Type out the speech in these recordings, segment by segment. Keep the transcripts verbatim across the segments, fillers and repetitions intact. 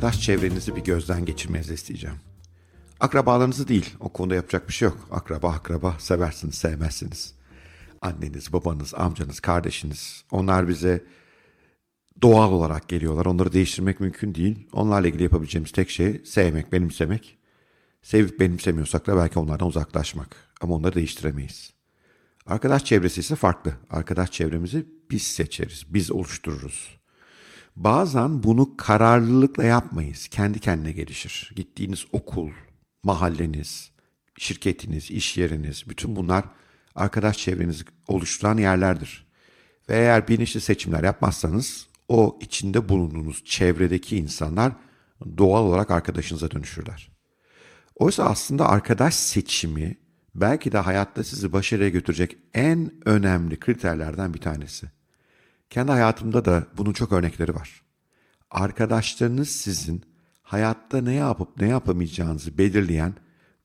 arkadaş çevrenizi bir gözden geçirmenizi isteyeceğim. Akrabalarınızı değil, o konuda yapacak bir şey yok. Akraba akraba, seversiniz sevmezsiniz. Anneniz, babanız, amcanız, kardeşiniz, onlar bize doğal olarak geliyorlar. Onları değiştirmek mümkün değil. Onlarla ilgili yapabileceğimiz tek şey sevmek, benimsemek. Sevip benimsemiyorsak da belki onlardan uzaklaşmak. Ama onları değiştiremeyiz. Arkadaş çevresi ise farklı. Arkadaş çevremizi biz seçeriz, biz oluştururuz. Bazen bunu kararlılıkla yapmayız. Kendi kendine gelişir. Gittiğiniz okul, mahalleniz, şirketiniz, iş yeriniz, bütün bunlar arkadaş çevrenizi oluşturan yerlerdir. Ve eğer bilinçli seçimler yapmazsanız o içinde bulunduğunuz çevredeki insanlar doğal olarak arkadaşınıza dönüşürler. Oysa aslında arkadaş seçimi belki de hayatta sizi başarıya götürecek en önemli kriterlerden bir tanesi. Kendi hayatımda da bunun çok örnekleri var. Arkadaşlarınız sizin hayatta ne yapıp ne yapamayacağınızı belirleyen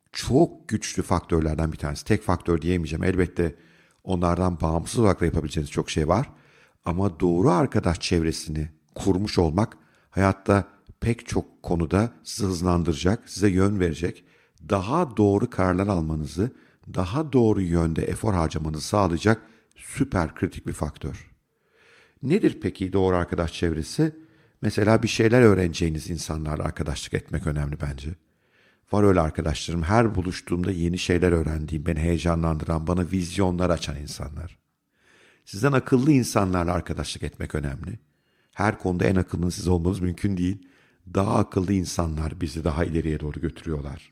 çok güçlü faktörlerden bir tanesi. Tek faktör diyemeyeceğim. Elbette onlardan bağımsız olarak da yapabileceğiniz çok şey var. Ama doğru arkadaş çevresini kurmuş olmak hayatta pek çok konuda sizi hızlandıracak, size yön verecek, daha doğru kararlar almanızı, daha doğru yönde efor harcamanızı sağlayacak süper kritik bir faktör. Nedir peki doğru arkadaş çevresi? Mesela bir şeyler öğreneceğiniz insanlarla arkadaşlık etmek önemli bence. Var öyle arkadaşlarım, her buluştuğumda yeni şeyler öğrendiğim, beni heyecanlandıran, bana vizyonlar açan insanlar. Sizden akıllı insanlarla arkadaşlık etmek önemli. Her konuda en akıllının siz olmanız mümkün değil. Daha akıllı insanlar bizi daha ileriye doğru götürüyorlar.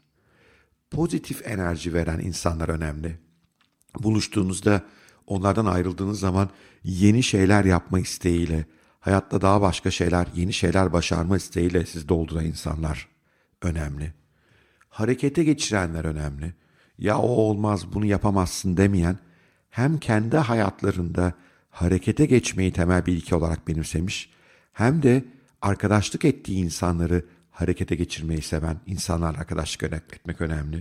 Pozitif enerji veren insanlar önemli. Buluştuğunuzda onlardan ayrıldığınız zaman yeni şeyler yapma isteğiyle, hayatta daha başka şeyler, yeni şeyler başarma isteğiyle sizi dolduran insanlar önemli. Harekete geçirenler önemli. Ya o olmaz, bunu yapamazsın demeyen, hem kendi hayatlarında harekete geçmeyi temel bir ilke olarak benimsemiş, hem de arkadaşlık ettiği insanları harekete geçirmeyi seven insanlarla arkadaşlık etmek önemli.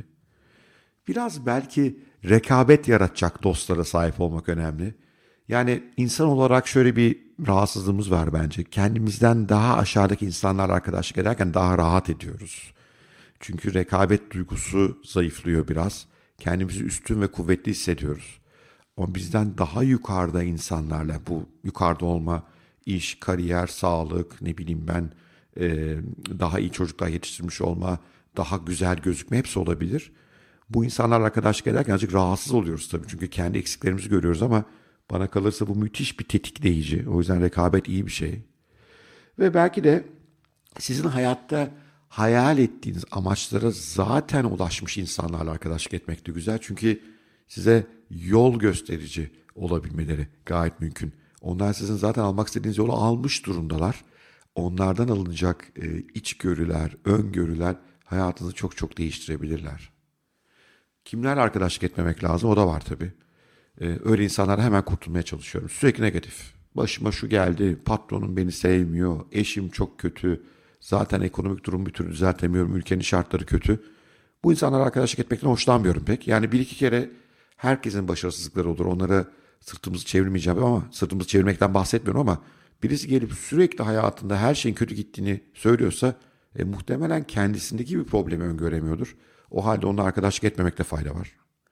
Biraz belki rekabet yaratacak dostlara sahip olmak önemli. Yani insan olarak şöyle bir rahatsızlığımız var bence. Kendimizden daha aşağıdaki insanlarla arkadaşlık ederken daha rahat ediyoruz. Çünkü rekabet duygusu zayıflıyor biraz. Kendimizi üstün ve kuvvetli hissediyoruz. Ama bizden daha yukarıda insanlarla, bu yukarıda olma, iş, kariyer, sağlık, ne bileyim ben, e, daha iyi çocuklar yetiştirmiş olma, daha güzel gözükme hepsi olabilir. Bu insanlarla arkadaşlık ederken azıcık rahatsız oluyoruz tabii. Çünkü kendi eksiklerimizi görüyoruz ama bana kalırsa bu müthiş bir tetikleyici. O yüzden rekabet iyi bir şey. Ve belki de sizin hayatta hayal ettiğiniz amaçlara zaten ulaşmış insanlarla arkadaşlık etmek de güzel. Çünkü size yol gösterici olabilmeleri gayet mümkün. Onlar sizin zaten almak istediğiniz yolu almış durumdalar. Onlardan alınacak e, içgörüler, öngörüler hayatınızı çok çok değiştirebilirler. Kimlerle arkadaşlık etmemek lazım? O da var tabii. Ee, öyle insanlara hemen kurtulmaya çalışıyorum. Sürekli negatif. Başıma şu geldi, patronum beni sevmiyor, eşim çok kötü, zaten ekonomik durum bir türlü düzeltemiyorum, ülkenin şartları kötü. Bu insanlara arkadaşlık etmekten hoşlanmıyorum pek. Yani bir iki kere herkesin başarısızlıkları olur. Onlara sırtımızı çevirmeyeceğim ama sırtımızı çevirmekten bahsetmiyorum ama birisi gelip sürekli hayatında her şeyin kötü gittiğini söylüyorsa e, muhtemelen kendisindeki bir problemi öngöremiyordur. O halde onunla arkadaşlık etmemekte fayda var.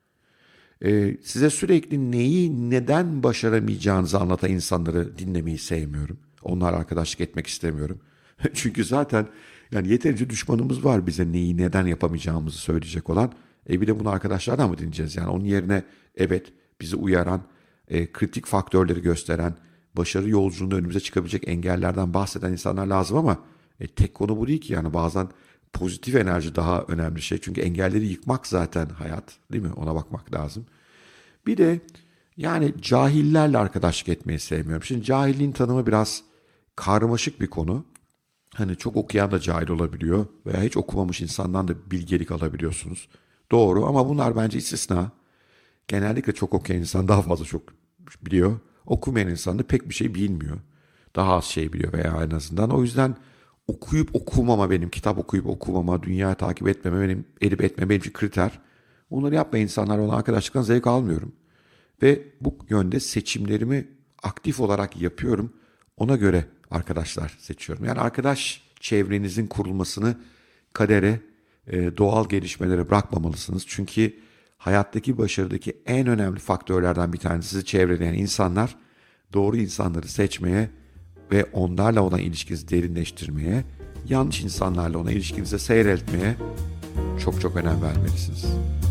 Ee, size sürekli neyi neden başaramayacağınızı anlatan insanları dinlemeyi sevmiyorum. Onlarla arkadaşlık etmek istemiyorum. Çünkü zaten yani yeterince düşmanımız var bize neyi neden yapamayacağımızı söyleyecek olan. E bir de bunu arkadaşlardan mı dinleyeceğiz? Yani onun yerine evet bizi uyaran, e, kritik faktörleri gösteren, başarı yolculuğunda önümüze çıkabilecek engellerden bahseden insanlar lazım ama e, tek konu bu değil ki yani bazen pozitif enerji daha önemli şey. Çünkü engelleri yıkmak zaten hayat, değil mi? Ona bakmak lazım. Bir de yani cahillerle arkadaşlık etmeyi sevmiyorum. Şimdi cahilliğin tanımı biraz karmaşık bir konu. Hani çok okuyan da cahil olabiliyor veya hiç okumamış insandan da bilgelik alabiliyorsunuz. Doğru ama bunlar bence istisna. Genellikle çok okuyan insan daha fazla çok biliyor. Okumayan insan da pek bir şey bilmiyor. Daha az şey biliyor veya en azından. O yüzden okuyup okumama benim, kitap okuyup okumama, dünyayı takip etmeme, benim edip etmeme benim için kriter. Bunları yapma insanlarla olan arkadaşlıktan zevk almıyorum. Ve bu yönde seçimlerimi aktif olarak yapıyorum. Ona göre arkadaşlar seçiyorum. Yani arkadaş çevrenizin kurulmasını kadere, e, doğal gelişmelere bırakmamalısınız. Çünkü hayattaki başarıdaki en önemli faktörlerden bir tanesi sizi çevreleyen insanlar. Doğru insanları seçmeye ve onlarla olan ilişkinizi derinleştirmeye, yanlış insanlarla olan ilişkinizi seyreltmeye çok çok önem vermelisiniz.